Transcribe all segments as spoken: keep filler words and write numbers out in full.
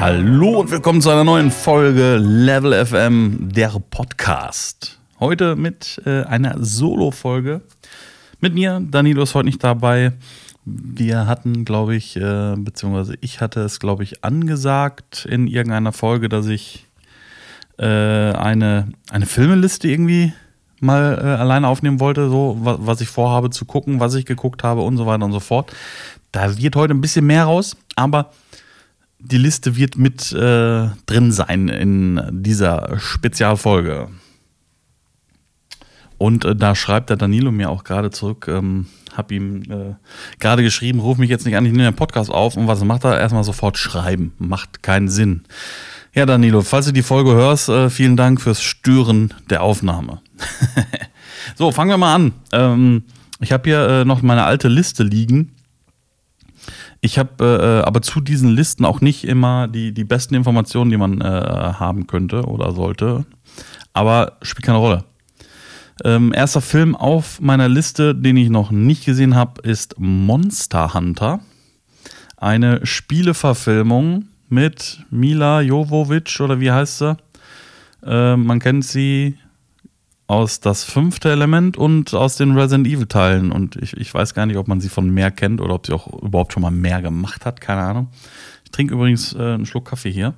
Hallo und willkommen zu einer neuen Folge Level F M, der Podcast. Heute mit äh, einer Solo-Folge. Mit mir, Danilo ist heute nicht dabei. Wir hatten, glaube ich, äh, beziehungsweise ich hatte es, glaube ich, angesagt in irgendeiner Folge, dass ich äh, eine, eine Filmeliste irgendwie mal äh, alleine aufnehmen wollte, so was, was ich vorhabe zu gucken, was ich geguckt habe und so weiter und so fort. Da wird heute ein bisschen mehr raus, aber die Liste wird mit äh, drin sein in dieser Spezialfolge. Und äh, da schreibt der Danilo mir auch gerade zurück, ähm, hab ihm äh, gerade geschrieben, ruf mich jetzt nicht an, ich nehme den Podcast auf. Und was macht er? Erstmal sofort schreiben. Macht keinen Sinn. Ja, Danilo, falls du die Folge hörst, äh, vielen Dank fürs Stören der Aufnahme. So, fangen wir mal an. Ähm, ich habe hier äh, noch meine alte Liste liegen. Ich habe äh, aber zu diesen Listen auch nicht immer die, die besten Informationen, die man äh, haben könnte oder sollte. Aber spielt keine Rolle. Ähm, erster Film auf meiner Liste, den ich noch nicht gesehen habe, ist Monster Hunter. Eine Spieleverfilmung mit Mila Jovovich oder wie heißt sie? Äh, man kennt sie aus Das fünfte Element und aus den Resident Evil Teilen. Und ich, ich weiß gar nicht, ob man sie von mehr kennt oder ob sie auch überhaupt schon mal mehr gemacht hat. Keine Ahnung. Ich trinke übrigens äh, einen Schluck Kaffee hier.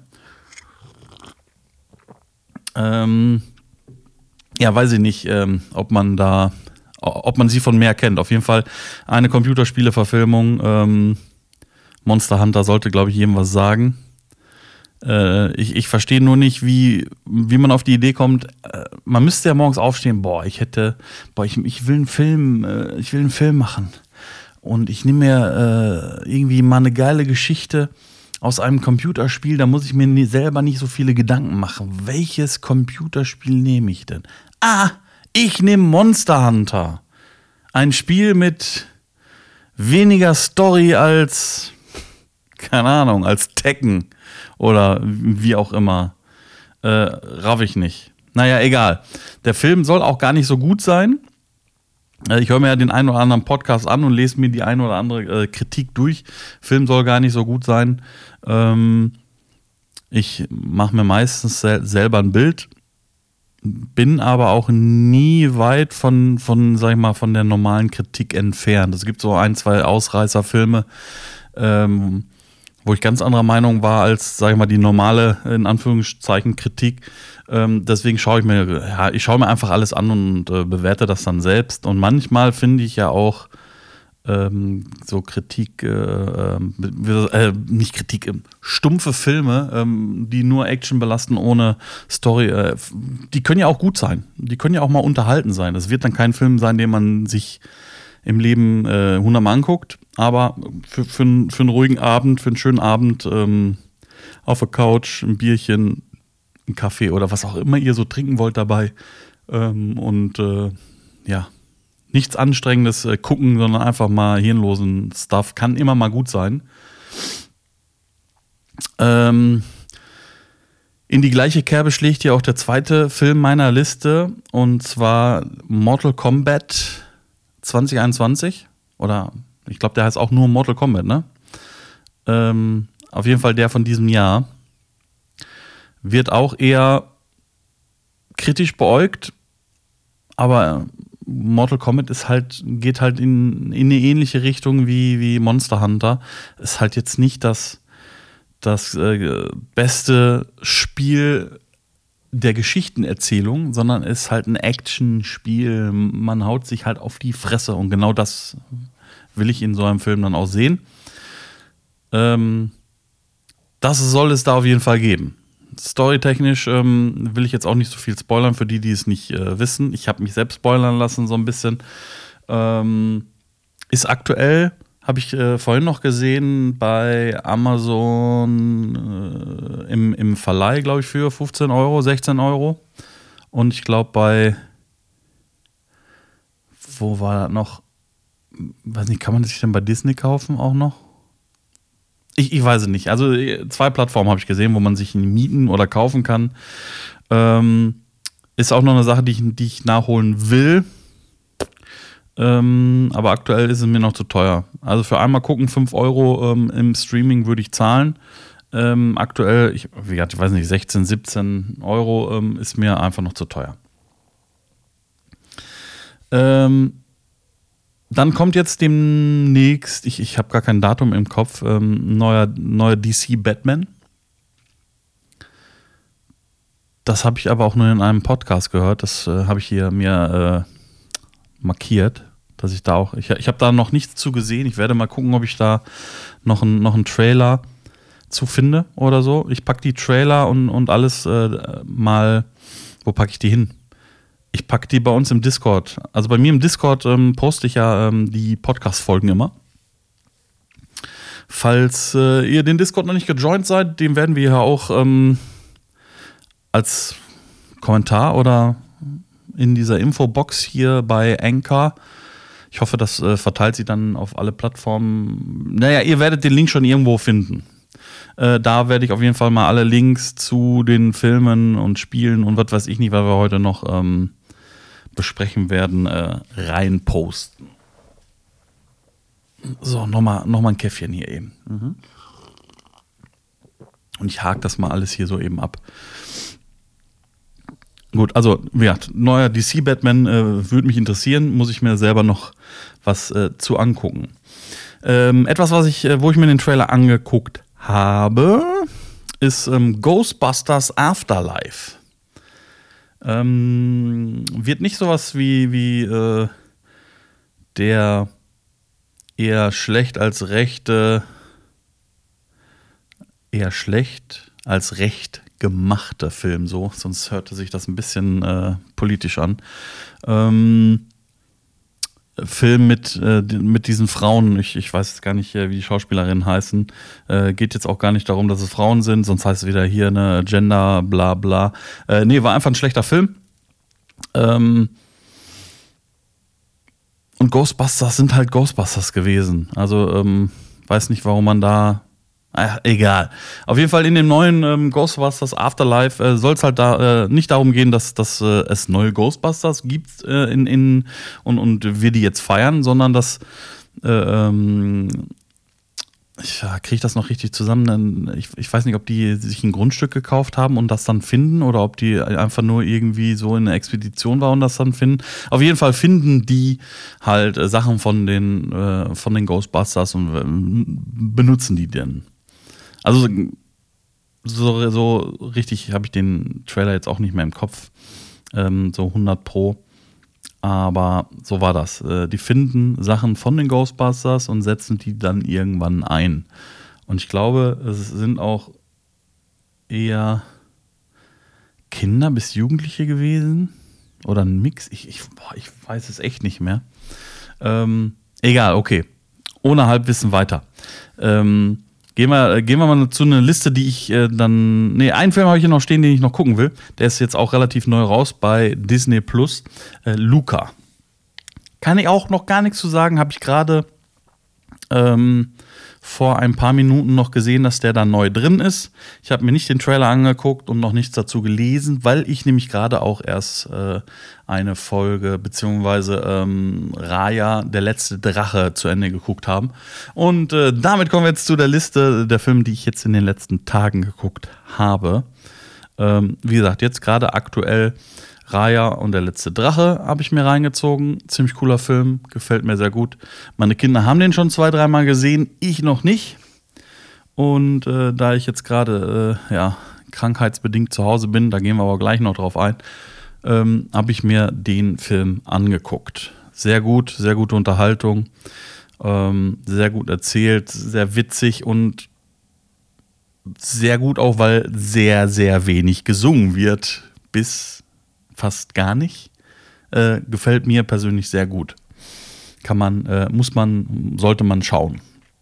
Ähm, ja, weiß ich nicht, ähm, ob man da, ob man sie von mehr kennt. Auf jeden Fall eine Computerspiele-Verfilmung. Ähm, Monster Hunter sollte, glaube ich, jedem was sagen. Äh, ich, ich verstehe nur nicht, wie, wie man auf die Idee kommt, äh, man müsste ja morgens aufstehen, boah, ich hätte, boah, ich, ich will einen Film, äh, ich will einen Film machen. Und ich nehme mir äh, irgendwie mal eine geile Geschichte aus einem Computerspiel, da muss ich mir nie, selber nicht so viele Gedanken machen. Welches Computerspiel nehme ich denn? Ah, ich nehme Monster Hunter. Ein Spiel mit weniger Story als, keine Ahnung, als Tekken. Oder wie auch immer. Äh, raff ich nicht. Naja, egal. Der Film soll auch gar nicht so gut sein. Äh, ich höre mir ja den einen oder anderen Podcast an und lese mir die eine oder andere äh, Kritik durch. Film soll gar nicht so gut sein. Ähm, ich mache mir meistens sel- selber ein Bild. Bin aber auch nie weit von, von, sag ich mal, von der normalen Kritik entfernt. Es gibt so ein, zwei Ausreißerfilme, ähm, wo ich ganz anderer Meinung war als, sag ich mal, die normale, in Anführungszeichen, Kritik. Ähm, deswegen schaue ich mir, ja, ich schaue mir einfach alles an und äh, bewerte das dann selbst. Und manchmal finde ich ja auch ähm, so Kritik, äh, äh, nicht Kritik, äh, stumpfe Filme, ähm, die nur Action belasten ohne Story, äh, die können ja auch gut sein. Die können ja auch mal unterhalten sein. Es wird dann kein Film sein, den man sich im Leben äh, hundertmal anguckt, aber für, für, für einen ruhigen Abend, für einen schönen Abend ähm, auf der Couch, ein Bierchen, ein Kaffee oder was auch immer ihr so trinken wollt dabei ähm, und äh, ja, nichts Anstrengendes äh, gucken, sondern einfach mal hirnlosen Stuff, kann immer mal gut sein. Ähm, in die gleiche Kerbe schlägt hier auch der zweite Film meiner Liste und zwar Mortal Kombat zwanzig einundzwanzig oder ich glaube, der heißt auch nur Mortal Kombat, ne? Ähm, auf jeden Fall der von diesem Jahr. Wird auch eher kritisch beäugt, aber Mortal Kombat ist halt, geht halt in, in eine ähnliche Richtung wie, wie Monster Hunter. Ist halt jetzt nicht das, das äh, beste Spiel der Geschichtenerzählung, sondern ist halt ein Actionspiel. Man haut sich halt auf die Fresse und genau das will ich in so einem Film dann auch sehen. Ähm, das soll es da auf jeden Fall geben. Storytechnisch ähm, will ich jetzt auch nicht so viel spoilern für die, die es nicht äh, wissen. Ich habe mich selbst spoilern lassen so ein bisschen. Ähm, ist aktuell, habe ich äh, vorhin noch gesehen, bei Amazon äh, im, im Verleih, glaube ich, für fünfzehn Euro, sechzehn Euro. Und ich glaube bei, wo war das noch? Weiß nicht, kann man das sich denn bei Disney kaufen auch noch? Ich, ich weiß es nicht. Also zwei Plattformen habe ich gesehen, wo man sich mieten oder kaufen kann. Ähm, ist auch noch eine Sache, die ich, die ich nachholen will. Ähm, aber aktuell ist es mir noch zu teuer. Also für einmal gucken, fünf Euro ähm, im Streaming würde ich zahlen. Ähm, aktuell, ich, wie gesagt, ich weiß nicht, sechzehn, siebzehn Euro ähm, ist mir einfach noch zu teuer. Ähm, dann kommt jetzt demnächst, ich, ich habe gar kein Datum im Kopf, ähm, neuer, neuer D C Batman. Das habe ich aber auch nur in einem Podcast gehört. Das äh, habe ich hier mir äh, markiert, dass ich da auch, ich, ich habe da noch nichts zu gesehen. Ich werde mal gucken, ob ich da noch, ein, noch einen Trailer zu finde oder so. Ich packe die Trailer und, und alles äh, mal, wo packe ich die hin? Ich packe die bei uns im Discord. Also bei mir im Discord ähm, poste ich ja ähm, die Podcast-Folgen immer. Falls äh, ihr den Discord noch nicht gejoint seid, den werden wir ja auch ähm, als Kommentar oder in dieser Infobox hier bei Anchor. Ich hoffe, das äh, verteilt sich dann auf alle Plattformen. Naja, ihr werdet den Link schon irgendwo finden. Äh, da werde ich auf jeden Fall mal alle Links zu den Filmen und Spielen und was weiß ich nicht, weil wir heute noch ähm, besprechen werden, äh, reinposten. So, nochmal noch mal ein Käffchen hier eben. Mhm. Und ich hake das mal alles hier so eben ab. Gut, also, ja, neuer D C-Batman äh, würde mich interessieren, muss ich mir selber noch was äh, zu angucken. Ähm, etwas, was ich, äh, wo ich mir den Trailer angeguckt habe, ist ähm, Ghostbusters Afterlife. Ähm, wird nicht sowas wie, wie äh, der eher schlecht als rechte, eher schlecht als recht gemachter Film, so, sonst hörte sich das ein bisschen äh, politisch an. Ähm, Film mit, äh, mit diesen Frauen, ich, ich weiß jetzt gar nicht, wie die Schauspielerinnen heißen, äh, geht jetzt auch gar nicht darum, dass es Frauen sind, sonst heißt es wieder hier eine Gender, bla bla. Äh, nee, war einfach ein schlechter Film. Ähm, und Ghostbusters sind halt Ghostbusters gewesen. Also, ähm, weiß nicht, warum man da Ach, egal. Auf jeden Fall in dem neuen ähm, Ghostbusters Afterlife äh, soll es halt da äh, nicht darum gehen, dass, dass äh, es neue Ghostbusters gibt äh, in, in, und, und wir die jetzt feiern, sondern dass äh, ähm, ich ja, kriege ich das noch richtig zusammen? Ich, ich weiß nicht, ob die sich ein Grundstück gekauft haben und das dann finden oder ob die einfach nur irgendwie so in einer Expedition waren und das dann finden. Auf jeden Fall finden die halt äh, Sachen von den, äh, von den Ghostbusters und äh, benutzen die dann. Also so, so richtig habe ich den Trailer jetzt auch nicht mehr im Kopf, ähm, so hundert Pro. Aber so war das. Die finden Sachen von den Ghostbusters und setzen die dann irgendwann ein. Und ich glaube, es sind auch eher Kinder bis Jugendliche gewesen. Oder ein Mix. Ich, ich, boah, ich weiß es echt nicht mehr. Ähm, egal, okay. Ohne Halbwissen weiter. Ähm, Gehen wir, gehen wir mal zu einer Liste, die ich äh, dann. Nee, einen Film habe ich hier noch stehen, den ich noch gucken will. Der ist jetzt auch relativ neu raus bei Disney Plus. Äh, Luca. Kann ich auch noch gar nichts zu sagen. Habe ich gerade ähm, vor ein paar Minuten noch gesehen, dass der da neu drin ist. Ich habe mir nicht den Trailer angeguckt und noch nichts dazu gelesen, weil ich nämlich gerade auch erst äh, eine Folge, beziehungsweise ähm, Raya, der letzte Drache, zu Ende geguckt haben. Und äh, damit kommen wir jetzt zu der Liste der Filme, die ich jetzt in den letzten Tagen geguckt habe. Ähm, wie gesagt, jetzt gerade aktuell Raya und der letzte Drache habe ich mir reingezogen. Ziemlich cooler Film, gefällt mir sehr gut. Meine Kinder haben den schon zwei, dreimal gesehen, ich noch nicht. Und äh, da ich jetzt gerade äh, ja, krankheitsbedingt zu Hause bin, da gehen wir aber gleich noch drauf ein, ähm, habe ich mir den Film angeguckt. Sehr gut, sehr gute Unterhaltung, ähm, sehr gut erzählt, sehr witzig und sehr gut auch, weil sehr, sehr wenig gesungen wird, bis fast gar nicht. Äh, gefällt mir persönlich sehr gut. Kann man, äh, muss man, sollte man schauen.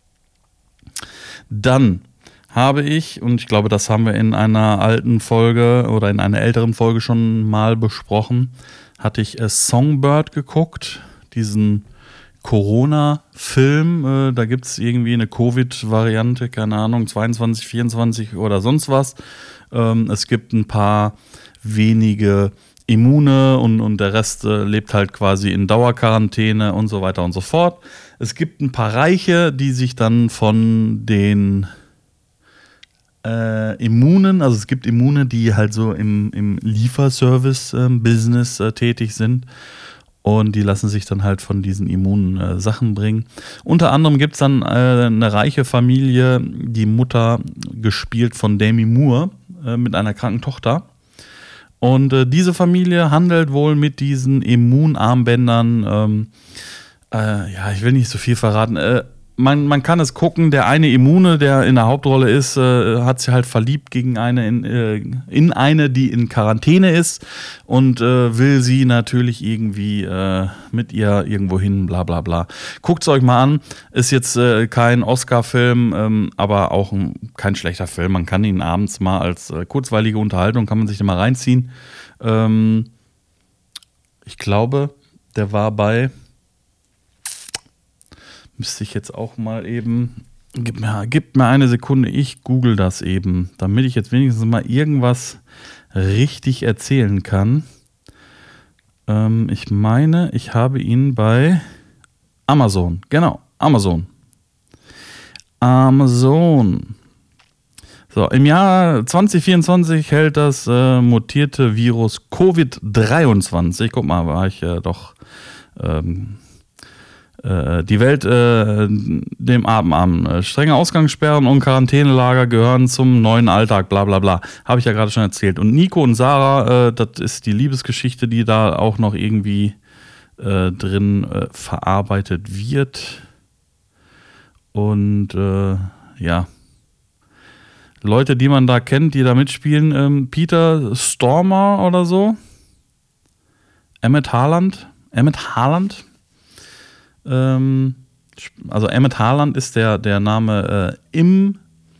Dann habe ich, und ich glaube, das haben wir in einer alten Folge oder in einer älteren Folge schon mal besprochen, hatte ich äh, Songbird geguckt, diesen Corona-Film. Äh, da gibt es irgendwie eine Covid-Variante, keine Ahnung, zweiundzwanzig, vierundzwanzig oder sonst was. Ähm, es gibt ein paar wenige Immune und, und der Rest äh, lebt halt quasi in Dauerquarantäne und so weiter und so fort. Es gibt ein paar Reiche, die sich dann von den äh, Immunen, also es gibt Immune, die halt so im, im Lieferservice-Business äh, tätig sind. Und die lassen sich dann halt von diesen immunen äh, Sachen bringen. Unter anderem gibt es dann äh, eine reiche Familie, die Mutter gespielt von Demi Moore äh, mit einer kranken Tochter. Und äh, diese Familie handelt wohl mit diesen Immunarmbändern. Ähm, äh, ja, ich will nicht so viel verraten. Äh, man, man kann es gucken, der eine Immune, der in der Hauptrolle ist, äh, hat sich halt verliebt gegen eine in, äh, in eine, die in Quarantäne ist und äh, will sie natürlich irgendwie äh, mit ihr irgendwo hin, bla bla bla. Guckt es euch mal an. Ist jetzt äh, kein Oscar-Film, ähm, aber auch ein, kein schlechter Film. Man kann ihn abends mal als äh, kurzweilige Unterhaltung, kann man sich den mal reinziehen. Ähm, ich glaube, der war bei... Müsste ich jetzt auch mal eben. Gib mir, gib mir eine Sekunde, ich google das eben, damit ich jetzt wenigstens mal irgendwas richtig erzählen kann. Ähm, ich meine, ich habe ihn bei Amazon. Genau, Amazon. Amazon. So, im Jahr zwanzig vierundzwanzig hält das äh, mutierte Virus Covid dreiundzwanzig. Guck mal, war ich ja äh, doch. Ähm, Die Welt äh, dem Atem an. Strenge Ausgangssperren und Quarantänelager gehören zum neuen Alltag, bla bla bla. Habe ich ja gerade schon erzählt. Und Nico und Sarah, äh, das ist die Liebesgeschichte, die da auch noch irgendwie äh, drin äh, verarbeitet wird. Und äh, ja, Leute, die man da kennt, die da mitspielen, ähm, Peter Stormer oder so. Emmett Haaland. Emmett Haaland. Also Emmett Haaland ist der, der Name äh, im,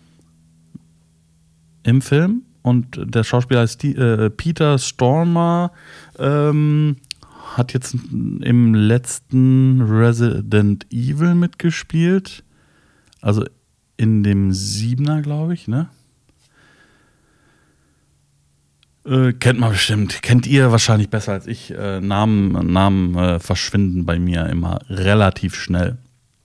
im Film und der Schauspieler heißt die, äh, Peter Stormer, ähm, hat jetzt im letzten Resident Evil mitgespielt, also in dem Siebener, glaube ich, ne? Äh, kennt man bestimmt. Kennt ihr wahrscheinlich besser als ich. Äh, Namen Namen äh, verschwinden bei mir immer relativ schnell.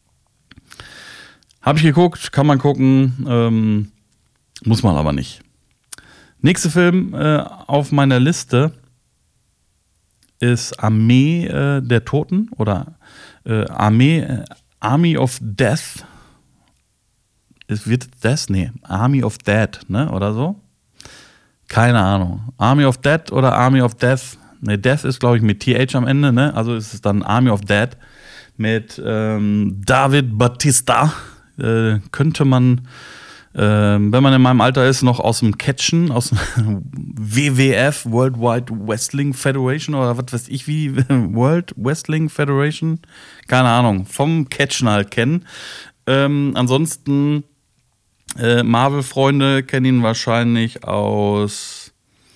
Habe ich geguckt, kann man gucken, ähm, muss man aber nicht. Nächster Film äh, auf meiner Liste ist Armee äh, der Toten oder äh, Armee äh, Army of Death. Es wird Death? Nee, Army of Dead, ne? Oder so? Keine Ahnung. Army of Dead oder Army of Death. Ne, Death ist, glaube ich, mit T H am Ende, ne? Also ist es dann Army of Dead mit ähm, David Bautista. Äh, könnte man, äh, wenn man in meinem Alter ist, noch aus dem Catchen, aus dem W W F, Worldwide Wrestling Federation oder was weiß ich wie, World Wrestling Federation, keine Ahnung, vom Catchen halt kennen. Ähm, ansonsten Äh, Marvel-Freunde kennen ihn wahrscheinlich aus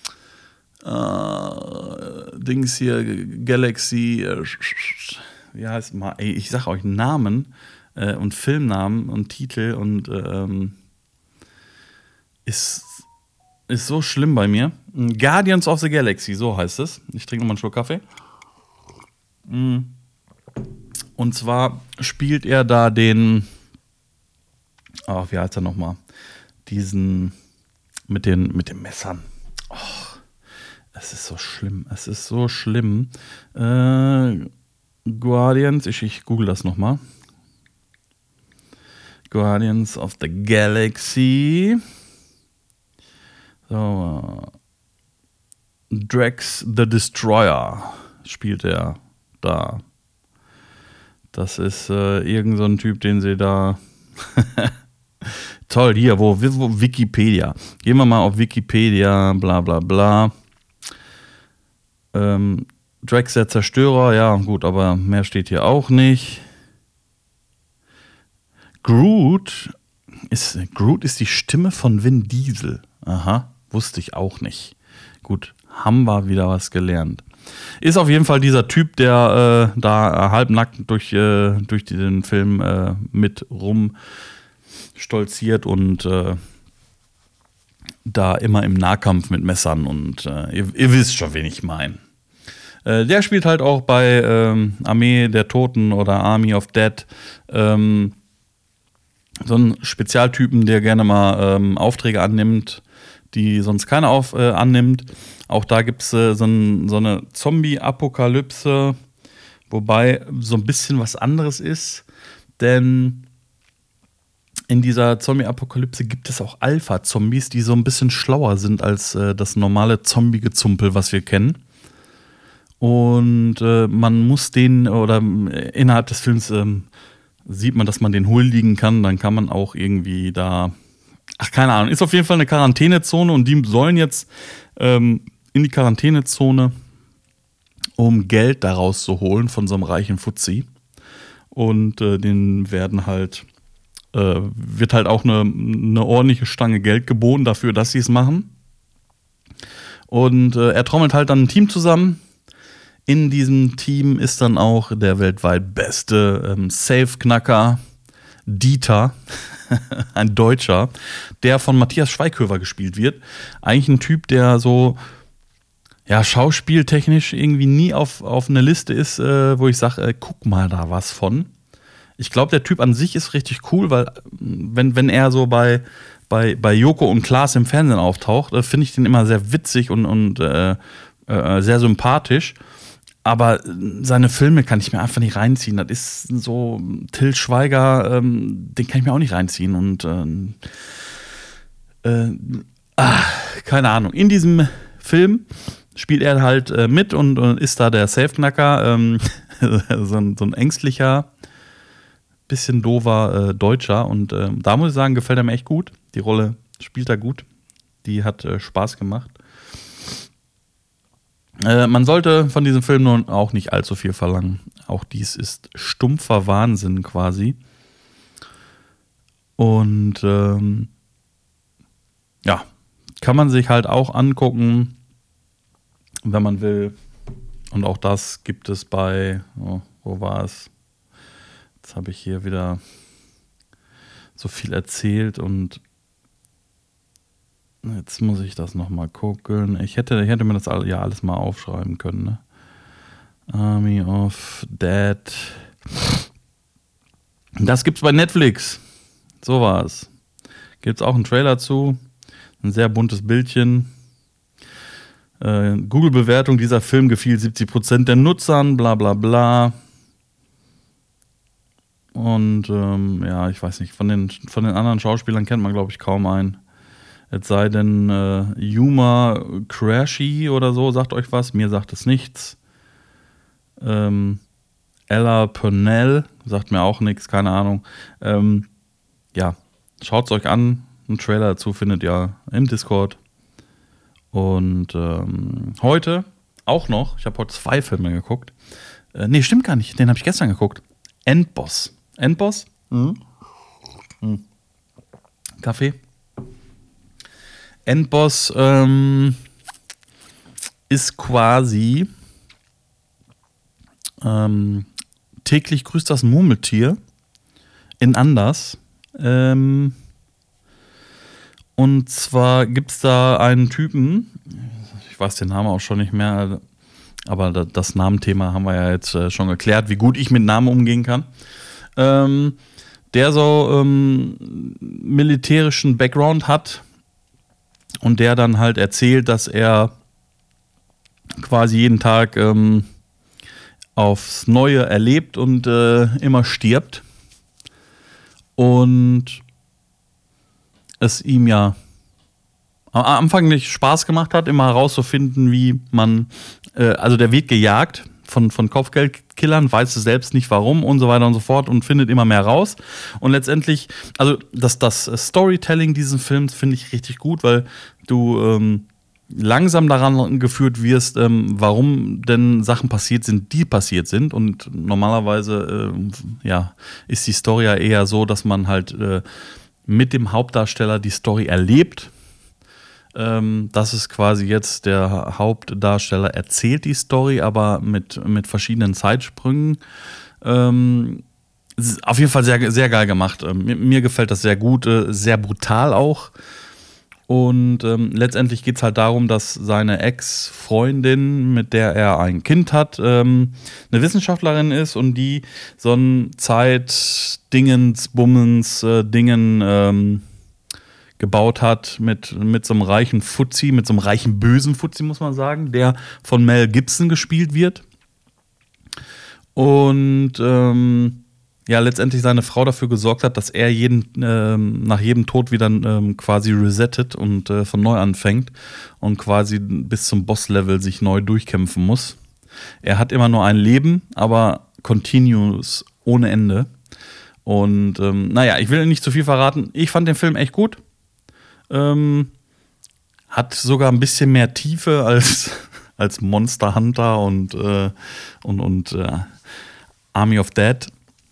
äh, Dings hier, Galaxy, äh, wie heißt mal, ey, ich sag euch Namen äh, und Filmnamen und Titel und ähm, ist, ist so schlimm bei mir. Guardians of the Galaxy, so heißt es. Ich trinke nochmal einen Schluck Kaffee. Und zwar spielt er da den Ach, wie heißt er nochmal? Diesen mit den, mit den Messern. Oh, es ist so schlimm. Es ist so schlimm. Äh, Guardians, ich, ich google das nochmal. Guardians of the Galaxy. So. Drax the Destroyer spielt er da. Das ist äh, irgend so ein Typ, den sie da. Toll, hier, wo, wo Wikipedia. Gehen wir mal auf Wikipedia, bla bla bla. Ähm, Drax der Zerstörer, ja gut, aber mehr steht hier auch nicht. Groot ist, Groot ist die Stimme von Vin Diesel. Aha, wusste ich auch nicht. Gut, haben wir wieder was gelernt. Ist auf jeden Fall dieser Typ, der äh, da halbnackt durch, äh, durch den Film äh, mit rum stolziert und äh, da immer im Nahkampf mit Messern und äh, ihr, ihr wisst schon, wen ich meine. Äh, der spielt halt auch bei ähm, Armee der Toten oder Army of Dead. Ähm, so einen Spezialtypen, der gerne mal ähm, Aufträge annimmt, die sonst keiner auf, äh, annimmt. Auch da gibt es äh, so, ein, so eine Zombie-Apokalypse, wobei so ein bisschen was anderes ist, denn in dieser Zombie-Apokalypse gibt es auch Alpha-Zombies, die so ein bisschen schlauer sind als äh, das normale Zombie-Gezumpel, was wir kennen. Und äh, man muss den, oder äh, innerhalb des Films ähm, sieht man, dass man den huldigen kann. Dann kann man auch irgendwie da, ach, keine Ahnung, ist auf jeden Fall eine Quarantänezone und die sollen jetzt ähm, in die Quarantänezone, um Geld daraus zu holen von so einem reichen Fuzzi. Und äh, den werden halt Äh, wird halt auch eine, eine ordentliche Stange Geld geboten dafür, dass sie es machen. Und äh, er trommelt halt dann ein Team zusammen. In diesem Team ist dann auch der weltweit beste ähm, Safe-Knacker Dieter, ein Deutscher, der von Matthias Schweighöfer gespielt wird. Eigentlich ein Typ, der so ja, schauspieltechnisch irgendwie nie auf, auf eine Liste ist, äh, wo ich sage, äh, guck mal da was von. Ich glaube, der Typ an sich ist richtig cool, weil wenn, wenn er so bei, bei, bei Joko und Klaas im Fernsehen auftaucht, äh, finde ich den immer sehr witzig und, und äh, äh, sehr sympathisch. Aber seine Filme kann ich mir einfach nicht reinziehen. Das ist so Till Schweiger, ähm, den kann ich mir auch nicht reinziehen. Und ähm, äh, ach, keine Ahnung. In diesem Film spielt er halt äh, mit und, und ist da der Safe-Knacker, ähm, so, ein, so ein ängstlicher, bisschen doofer äh, Deutscher. Und äh, da muss ich sagen, gefällt er mir echt gut. Die Rolle spielt er gut. Die hat äh, Spaß gemacht. Äh, man sollte von diesem Film nun auch nicht allzu viel verlangen. Auch dies ist stumpfer Wahnsinn quasi. Und ähm, ja, kann man sich halt auch angucken, wenn man will. Und auch das gibt es bei, oh, wo war es? Jetzt habe ich hier wieder so viel erzählt und jetzt muss ich das nochmal gucken. Ich hätte, ich hätte mir das ja alles mal aufschreiben können. Ne? Army of Dead. Das gibt's bei Netflix. So war es. Gibt's auch einen Trailer zu. Ein sehr buntes Bildchen. Äh, Google-Bewertung, dieser Film gefiel siebzig Prozent der Nutzern, bla bla bla. Und ähm, ja, ich weiß nicht, von den, von den anderen Schauspielern kennt man, glaube ich, kaum einen. Es sei denn, äh, Yuma Crashy oder so, sagt euch was. Mir sagt es nichts. Ähm, Ella Purnell sagt mir auch nichts, keine Ahnung. Ähm, ja, schaut es euch an. Einen Trailer dazu findet ihr im Discord. Und ähm, heute auch noch, ich habe heute zwei Filme geguckt. Äh, nee, stimmt gar nicht, den habe ich gestern geguckt. Endboss. Endboss? Mhm. Mhm. Kaffee? Endboss ähm, ist quasi ähm, täglich grüßt das Murmeltier in anders. Ähm, und zwar gibt es da einen Typen, ich weiß den Namen auch schon nicht mehr, aber das Namenthema haben wir ja jetzt schon geklärt, wie gut ich mit Namen umgehen kann. Ähm, der so ähm, militärischen Background hat und der dann halt erzählt, dass er quasi jeden Tag ähm, aufs Neue erlebt und äh, immer stirbt. Und es ihm ja am Anfang nicht Spaß gemacht hat, immer herauszufinden, wie man, äh, also der wird gejagt von, von Kopfgeldkillern, weiß es selbst nicht warum und so weiter und so fort und findet immer mehr raus. Und letztendlich, also das, das Storytelling dieses Films finde ich richtig gut, weil du ähm, langsam daran geführt wirst, ähm, warum denn Sachen passiert sind, die passiert sind. Und normalerweise äh, ja, ist die Story ja eher so, dass man halt äh, mit dem Hauptdarsteller die Story erlebt. Ähm, das ist quasi jetzt der Hauptdarsteller erzählt die Story, aber mit, mit verschiedenen Zeitsprüngen. Ähm, auf jeden Fall sehr, sehr geil gemacht. Ähm, mir, mir gefällt das sehr gut, äh, sehr brutal auch. Und ähm, letztendlich geht es halt darum, dass seine Ex-Freundin, mit der er ein Kind hat, ähm, eine Wissenschaftlerin ist und die so ein Zeit-Dingens, Bummens, äh, Dingen ähm, gebaut hat mit, mit so einem reichen Fuzzi, mit so einem reichen bösen Fuzzi, muss man sagen, der von Mel Gibson gespielt wird. Und ähm, ja, letztendlich seine Frau dafür gesorgt hat, dass er jeden, ähm, nach jedem Tod wieder ähm, quasi resettet und äh, von neu anfängt und quasi bis zum Boss-Level sich neu durchkämpfen muss. Er hat immer nur ein Leben, aber continuous, ohne Ende. Und ähm, naja, ich will nicht zu viel verraten. Ich fand den Film echt gut. Ähm, hat sogar ein bisschen mehr Tiefe als, als Monster Hunter und, äh, und, und äh, Army of Dead.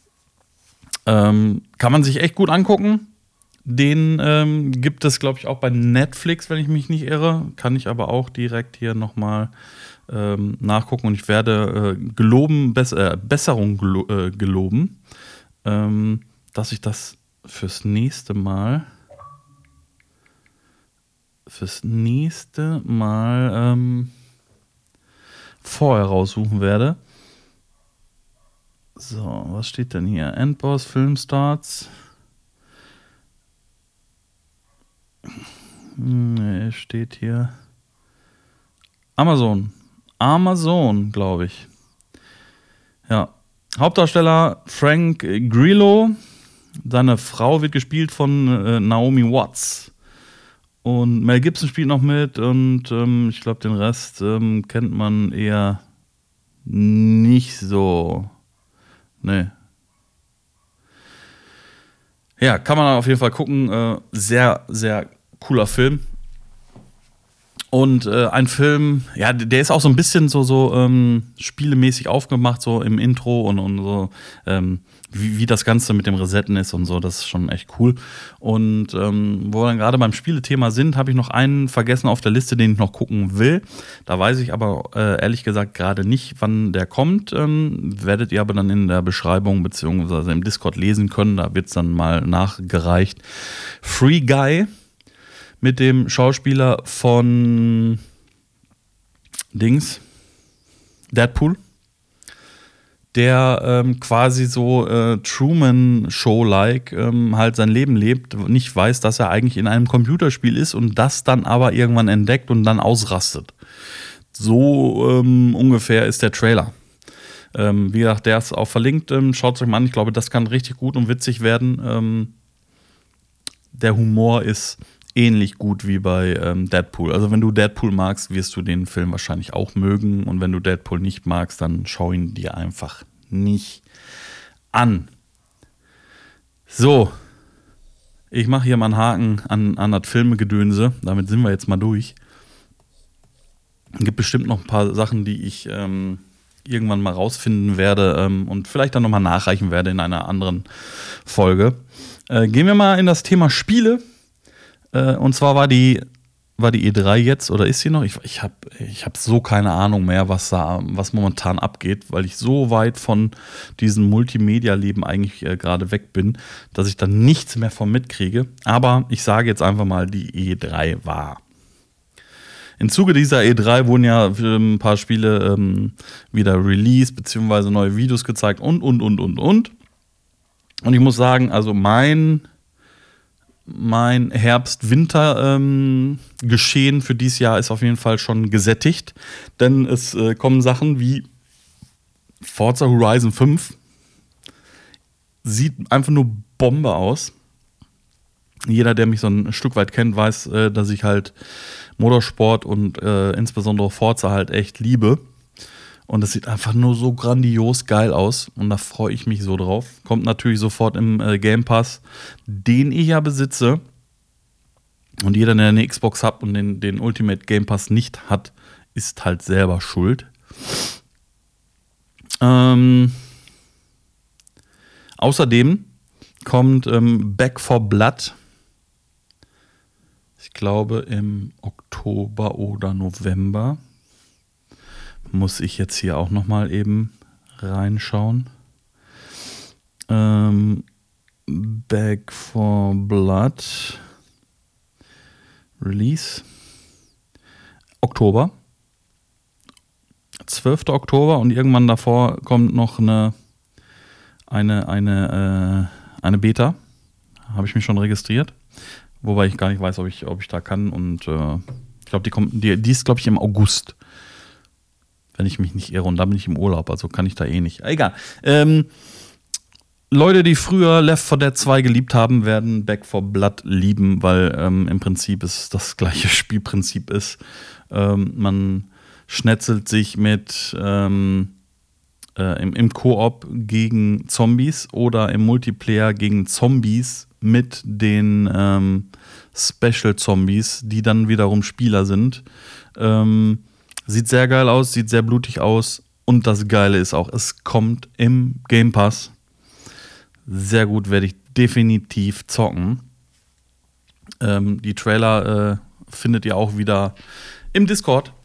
Ähm, kann man sich echt gut angucken. Den ähm, gibt es, glaube ich, auch bei Netflix, wenn ich mich nicht irre. Kann ich aber auch direkt hier nochmal ähm, nachgucken. Und ich werde äh, geloben, Bess äh, Besserung gelo äh, geloben, ähm, dass ich das fürs nächste Mal fürs nächste Mal ähm, vorher raussuchen werde. So, was steht denn hier? Endboss, Filmstarts. Nee, steht hier Amazon. Amazon, glaube ich. Ja. Hauptdarsteller Frank Grillo. Seine Frau wird gespielt von äh, Naomi Watts. Und Mel Gibson spielt noch mit. Und ähm, ich glaube, den Rest ähm, kennt man eher nicht so. Nee. Ja, kann man auf jeden Fall gucken. Äh, sehr, sehr cooler Film. Und äh, ein Film, ja, der ist auch so ein bisschen so, so ähm, spielemäßig aufgemacht, so im Intro und, und so, ähm, wie, wie das Ganze mit dem Resetten ist und so, das ist schon echt cool. Und ähm, wo wir dann gerade beim Spielethema sind, habe ich noch einen vergessen auf der Liste, den ich noch gucken will. Da weiß ich aber äh, ehrlich gesagt gerade nicht, wann der kommt. Ähm, werdet ihr aber dann in der Beschreibung beziehungsweise im Discord lesen können, da wird es dann mal nachgereicht. Free Guy. Mit dem Schauspieler von Dings, Deadpool, der ähm, quasi so äh, Truman-Show-like ähm, halt sein Leben lebt, nicht weiß, dass er eigentlich in einem Computerspiel ist und das dann aber irgendwann entdeckt und dann ausrastet. So ähm, ungefähr ist der Trailer. Ähm, wie gesagt, der ist auch verlinkt, ähm, schaut es euch mal an. Ich glaube, das kann richtig gut und witzig werden. Ähm, der Humor ist ähnlich gut wie bei ähm, Deadpool. Also wenn du Deadpool magst, wirst du den Film wahrscheinlich auch mögen. Und wenn du Deadpool nicht magst, dann schau ihn dir einfach nicht an. So, ich mache hier mal einen Haken an, an das Filmegedönse. Damit sind wir jetzt mal durch. Es gibt bestimmt noch ein paar Sachen, die ich ähm, irgendwann mal rausfinden werde ähm, und vielleicht dann nochmal nachreichen werde in einer anderen Folge. Äh, gehen wir mal in das Thema Spiele. Und zwar war die, war die E drei jetzt, oder ist sie noch? Ich, ich habe ich hab so keine Ahnung mehr, was da, was momentan abgeht, weil ich so weit von diesem Multimedia-Leben eigentlich äh, gerade weg bin, dass ich da nichts mehr von mitkriege. Aber ich sage jetzt einfach mal, die E drei war. Im Zuge dieser E drei wurden ja ein paar Spiele ähm, wieder released, beziehungsweise neue Videos gezeigt und, und, und, und, und. Und ich muss sagen, also mein Mein Herbst-Winter-Geschehen ähm, für dieses Jahr ist auf jeden Fall schon gesättigt. Denn es äh, kommen Sachen wie Forza Horizon fünf. Sieht einfach nur Bombe aus. Jeder, der mich so ein Stück weit kennt, weiß, äh, dass ich halt Motorsport und äh, insbesondere Forza halt echt liebe. Und es sieht einfach nur so grandios geil aus. Und da freue ich mich so drauf. Kommt natürlich sofort im äh, Game Pass, den ich ja besitze. Und jeder, der eine Xbox hat und den, den Ultimate Game Pass nicht hat, ist halt selber schuld. Ähm, außerdem kommt ähm, Back four Blood. Ich glaube im Oktober oder November. Muss ich jetzt hier auch noch mal eben reinschauen. Ähm, Back four Blood Release Oktober. zwölfter Oktober und irgendwann davor kommt noch eine, eine, eine, äh, eine Beta. Habe ich mich schon registriert. Wobei ich gar nicht weiß, ob ich, ob ich da kann. Und äh, ich glaube, die kommt, die, die ist, glaube ich, im August. Wenn ich mich nicht irre. Und da bin ich im Urlaub, also kann ich da eh nicht. Egal. Ähm, Leute, die früher Left four Dead zwei geliebt haben, werden Back four Blood lieben, weil ähm, im Prinzip es das gleiche Spielprinzip ist. Ähm, man schnetzelt sich mit ähm, äh, im, im Koop gegen Zombies oder im Multiplayer gegen Zombies mit den ähm, Special-Zombies, die dann wiederum Spieler sind. Ähm, sieht sehr geil aus, sieht sehr blutig aus und das Geile ist auch, es kommt im Game Pass. Sehr gut, werde ich definitiv zocken. Ähm, die Trailer äh, findet ihr auch wieder im Discord.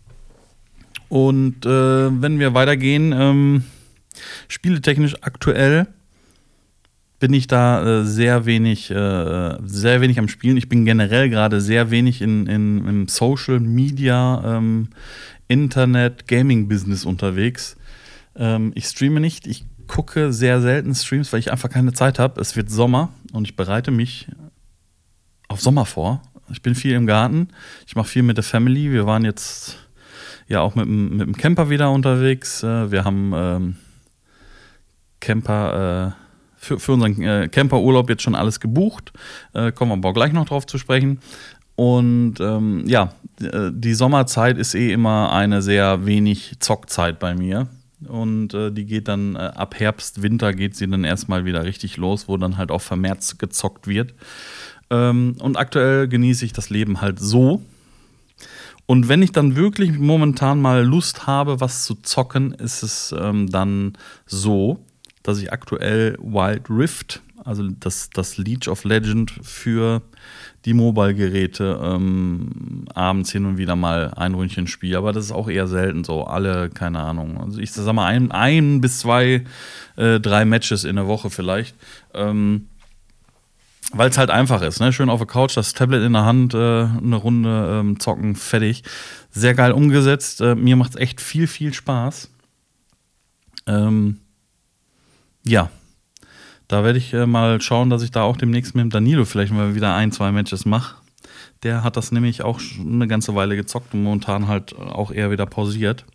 Und äh, wenn wir weitergehen, ähm, spieletechnisch aktuell bin ich da äh, sehr wenig, äh, sehr wenig am Spielen. Ich bin generell gerade sehr wenig in, in, im Social Media, ähm, Internet, Gaming-Business unterwegs. Ähm, ich streame nicht, ich gucke sehr selten Streams, weil ich einfach keine Zeit habe. Es wird Sommer und ich bereite mich auf Sommer vor. Ich bin viel im Garten, ich mache viel mit der Family. Wir waren jetzt ja auch mit, mit dem Camper wieder unterwegs. Wir haben ähm, Camper, äh, für, für unseren äh, Camperurlaub jetzt schon alles gebucht. Äh, kommen wir aber auch gleich noch drauf zu sprechen. Und ähm, ja, die Sommerzeit ist eh immer eine sehr wenig Zockzeit bei mir. Und äh, die geht dann äh, ab Herbst, Winter geht sie dann erstmal wieder richtig los, wo dann halt auch vermehrt gezockt wird. Ähm, und aktuell genieße ich das Leben halt so. Und wenn ich dann wirklich momentan mal Lust habe, was zu zocken, ist es ähm, dann so, dass ich aktuell Wild Rift, also das, das League of Legends für die Mobile-Geräte ähm, abends hin und wieder mal ein Ründchen spiele. Aber das ist auch eher selten so. Alle, keine Ahnung. Also ich sag mal, ein, ein bis zwei, äh, drei Matches in der Woche vielleicht. Ähm, Weil es halt einfach ist. Ne? Schön auf der Couch, das Tablet in der Hand, äh, eine Runde ähm, zocken, fertig. Sehr geil umgesetzt. Äh, mir macht es echt viel, viel Spaß. Ähm, ja. Da werde ich äh, mal schauen, dass ich da auch demnächst mit dem Danilo vielleicht mal wieder ein, zwei Matches mache. Der hat das nämlich auch schon eine ganze Weile gezockt und momentan halt auch eher wieder pausiert.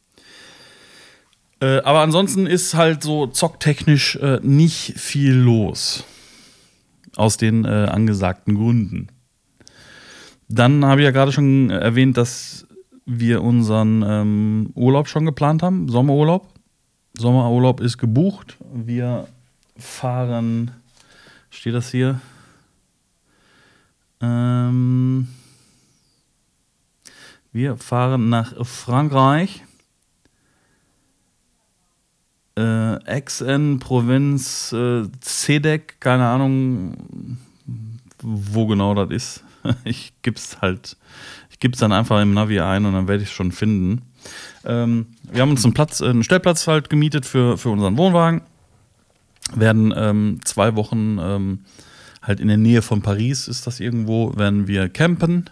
Äh, aber ansonsten ist halt so zocktechnisch äh, nicht viel los. Aus den äh, angesagten Gründen. Dann habe ich ja gerade schon erwähnt, dass wir unseren ähm, Urlaub schon geplant haben. Sommerurlaub. Sommerurlaub ist gebucht. Wir fahren, steht das hier? Ähm, wir fahren nach Frankreich. Äh, Aix-en-Provence, äh, Cedec, keine Ahnung, wo genau das ist. Ich gib's halt, ich gib's dann einfach im Navi ein und dann werde ich es schon finden. Ähm, wir haben uns einen Platz, einen Stellplatz halt gemietet für, für unseren Wohnwagen. Werden ähm, zwei Wochen ähm, halt in der Nähe von Paris ist das irgendwo, werden wir campen.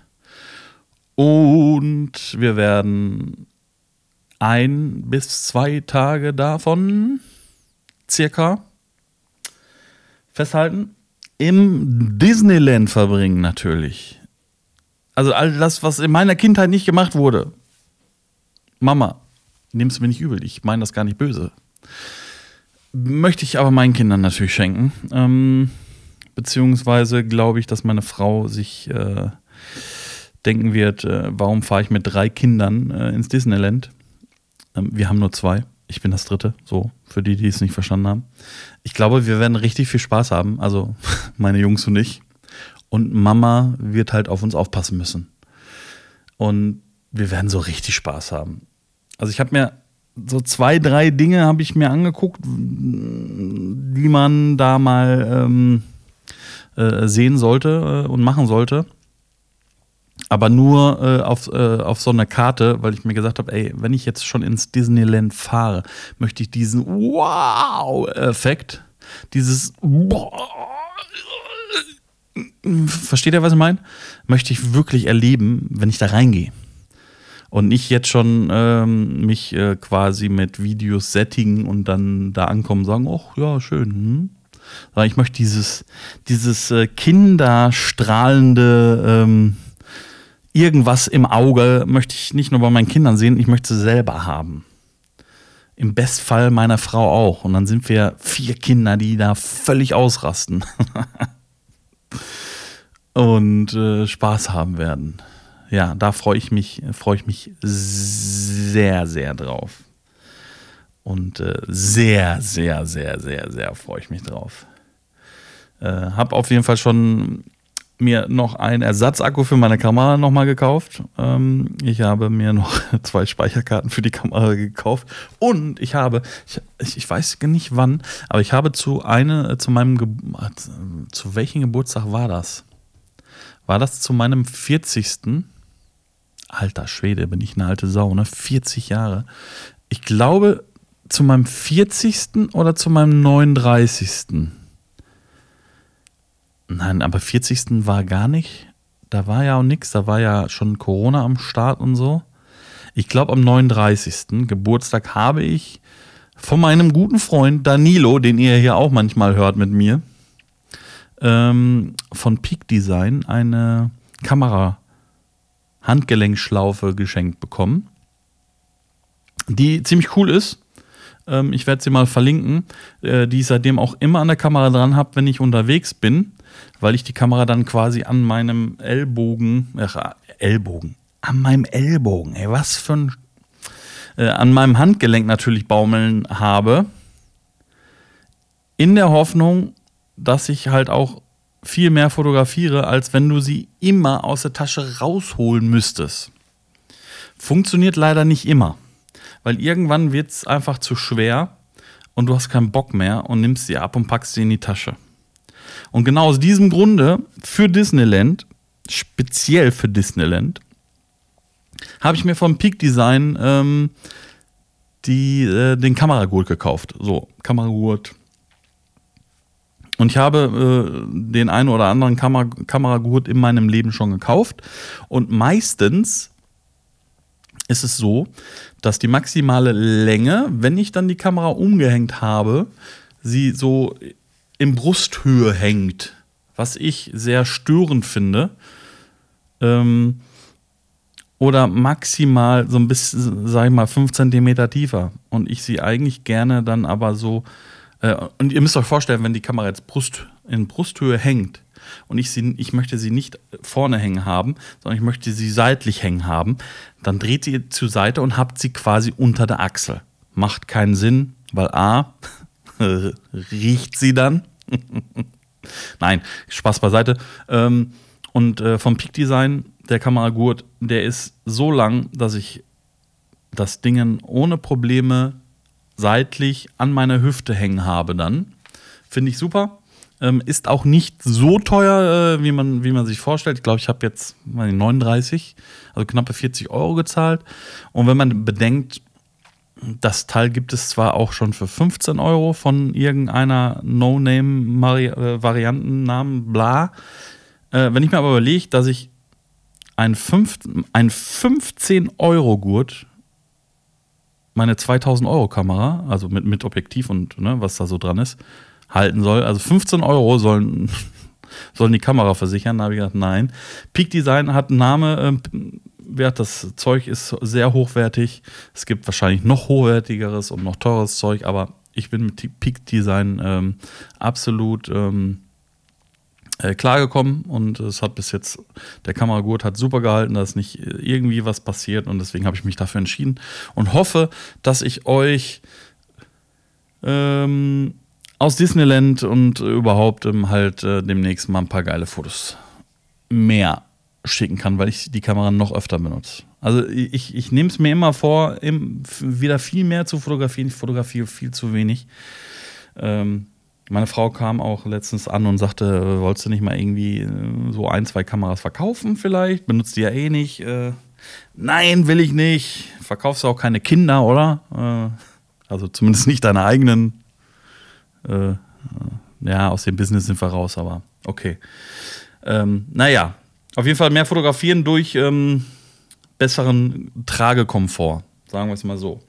Und wir werden ein bis zwei Tage davon circa festhalten im Disneyland verbringen natürlich. Also all das, was in meiner Kindheit nicht gemacht wurde. Mama, nimm's mir nicht übel, ich meine das gar nicht böse. Möchte ich aber meinen Kindern natürlich schenken. Ähm, beziehungsweise glaube ich, dass meine Frau sich äh, denken wird, äh, warum fahre ich mit drei Kindern äh, ins Disneyland? Ähm, wir haben nur zwei. Ich bin das dritte, so, für die, die es nicht verstanden haben. Ich glaube, wir werden richtig viel Spaß haben, also meine Jungs und ich. Und Mama wird halt auf uns aufpassen müssen. Und wir werden so richtig Spaß haben. Also ich habe mir so zwei, drei Dinge habe ich mir angeguckt, die man da mal ähm, äh, sehen sollte äh, und machen sollte. Aber nur äh, auf, äh, auf so einer Karte, weil ich mir gesagt habe, ey, wenn ich jetzt schon ins Disneyland fahre, möchte ich diesen Wow-Effekt, dieses versteht ihr, was ich meine? Möchte ich wirklich erleben, wenn ich da reingehe. Und nicht jetzt schon ähm, mich äh, quasi mit Videos sättigen und dann da ankommen und sagen, ach ja, schön. Hm? Sondern ich möchte dieses, dieses äh, kinderstrahlende ähm, irgendwas im Auge, möchte ich nicht nur bei meinen Kindern sehen, ich möchte es selber haben. Im Bestfall meiner Frau auch. Und dann sind wir vier Kinder, die da völlig ausrasten. und äh, Spaß haben werden. Ja, da freue ich mich, freue ich mich sehr, sehr drauf. Und äh, sehr, sehr, sehr, sehr, sehr freue ich mich drauf. Äh, hab auf jeden Fall schon mir noch einen Ersatzakku für meine Kamera nochmal gekauft. Ähm, ich habe mir noch zwei Speicherkarten für die Kamera gekauft. Und ich habe, ich, ich weiß nicht wann, aber ich habe zu eine, zu meinem, Ge- zu welchem Geburtstag war das? War das zu meinem vierzigsten Alter Schwede, bin ich eine alte Sau, ne? vierzig Jahre. Ich glaube, zu meinem vierzigsten oder zu meinem neununddreißigsten Nein, aber vierzigsten war gar nicht. Da war ja auch nichts. Da war ja schon Corona am Start und so. Ich glaube, am neununddreißigsten Geburtstag habe ich von meinem guten Freund Danilo, den ihr hier auch manchmal hört mit mir, ähm, von Peak Design eine Kamera Handgelenkschlaufe geschenkt bekommen, die ziemlich cool ist. Ähm, ich werde sie mal verlinken, äh, die ich seitdem auch immer an der Kamera dran habe, wenn ich unterwegs bin, weil ich die Kamera dann quasi an meinem Ellbogen, ach, Ellbogen, an meinem Ellbogen, ey, was für ein, äh, an meinem Handgelenk natürlich baumeln habe, in der Hoffnung, dass ich halt auch viel mehr fotografiere, als wenn du sie immer aus der Tasche rausholen müsstest. Funktioniert leider nicht immer, weil irgendwann wird es einfach zu schwer und du hast keinen Bock mehr und nimmst sie ab und packst sie in die Tasche. Und genau aus diesem Grunde für Disneyland, speziell für Disneyland, habe ich mir vom Peak Design ähm, die, äh, den Kameragurt gekauft. So, Kameragurt. Und ich habe äh, den einen oder anderen Kamer- Kameragurt in meinem Leben schon gekauft. Und meistens ist es so, dass die maximale Länge, wenn ich dann die Kamera umgehängt habe, sie so in Brusthöhe hängt. Was ich sehr störend finde. Ähm, oder maximal so ein bisschen, sag ich mal, fünf Zentimeter tiefer. Und ich sie eigentlich gerne dann aber so. Und ihr müsst euch vorstellen, wenn die Kamera jetzt Brust, in Brusthöhe hängt und ich, sie, ich möchte sie nicht vorne hängen haben, sondern ich möchte sie seitlich hängen haben, dann dreht ihr zur Seite und habt sie quasi unter der Achsel. Macht keinen Sinn, weil A, riecht sie dann. Nein, Spaß beiseite. Und vom Peak Design, der Kameragurt, der ist so lang, dass ich das Ding ohne Probleme seitlich an meiner Hüfte hängen habe dann. Finde ich super. Ähm, ist auch nicht so teuer, äh, wie, man, wie man sich vorstellt. Ich glaube, ich habe jetzt neununddreißig, also knappe vierzig Euro gezahlt. Und wenn man bedenkt, das Teil gibt es zwar auch schon für fünfzehn Euro von irgendeiner No-Name-Variantennamen, bla. Äh, wenn ich mir aber überlege, dass ich ein, ein fünfzehn-Euro-Gurt meine zweitausend Euro Kamera, also mit, mit Objektiv und ne, was da so dran ist, halten soll. Also fünfzehn Euro sollen, sollen die Kamera versichern. Da habe ich gedacht, nein. Peak Design hat einen Namen, äh, das Zeug ist sehr hochwertig. Es gibt wahrscheinlich noch hochwertigeres und noch teures Zeug, aber ich bin mit Peak Design ähm, absolut ähm, äh, klargekommen und es hat bis jetzt, der Kameragurt hat super gehalten, da ist nicht irgendwie was passiert und deswegen habe ich mich dafür entschieden und hoffe, dass ich euch ähm, aus Disneyland und überhaupt ähm, halt äh, demnächst mal ein paar geile Fotos mehr schicken kann, weil ich die Kamera noch öfter benutze. Also ich, ich nehme es mir immer vor, im, wieder viel mehr zu fotografieren. Ich fotografiere viel zu wenig. Ähm, Meine Frau kam auch letztens an und sagte, wolltest du nicht mal irgendwie so ein, zwei Kameras verkaufen vielleicht? Benutzt die ja eh nicht. Äh, nein, will ich nicht. Verkaufst du auch keine Kinder, oder? Äh, also zumindest nicht deine eigenen. Äh, ja, aus dem Business sind wir raus, aber okay. Ähm, naja, auf jeden Fall mehr fotografieren durch ähm, besseren Tragekomfort, sagen wir es mal so.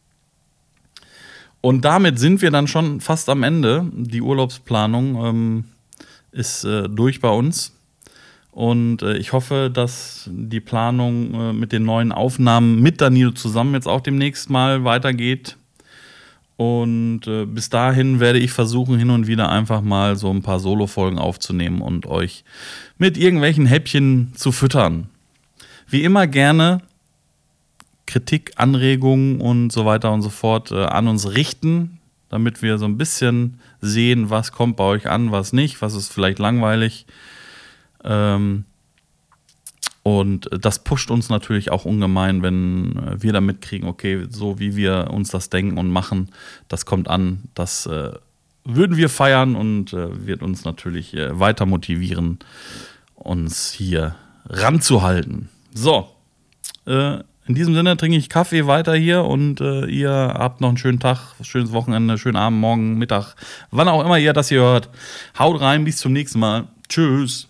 Und damit sind wir dann schon fast am Ende. Die Urlaubsplanung ähm, ist äh, durch bei uns. Und äh, ich hoffe, dass die Planung äh, mit den neuen Aufnahmen mit Danilo zusammen jetzt auch demnächst mal weitergeht. Und äh, bis dahin werde ich versuchen, hin und wieder einfach mal so ein paar Solo-Folgen aufzunehmen und euch mit irgendwelchen Häppchen zu füttern. Wie immer gerne Kritik, Anregungen und so weiter und so fort äh, an uns richten, damit wir so ein bisschen sehen, was kommt bei euch an, was nicht, was ist vielleicht langweilig. Ähm, und das pusht uns natürlich auch ungemein, wenn wir da mitkriegen, okay, so wie wir uns das denken und machen, das kommt an, das äh, würden wir feiern und äh, wird uns natürlich äh, weiter motivieren, uns hier ranzuhalten. So, äh, in diesem Sinne trinke ich Kaffee weiter hier und äh, ihr habt noch einen schönen Tag, schönes Wochenende, schönen Abend, morgen, Mittag, wann auch immer ihr das hier hört. Haut rein, bis zum nächsten Mal. Tschüss.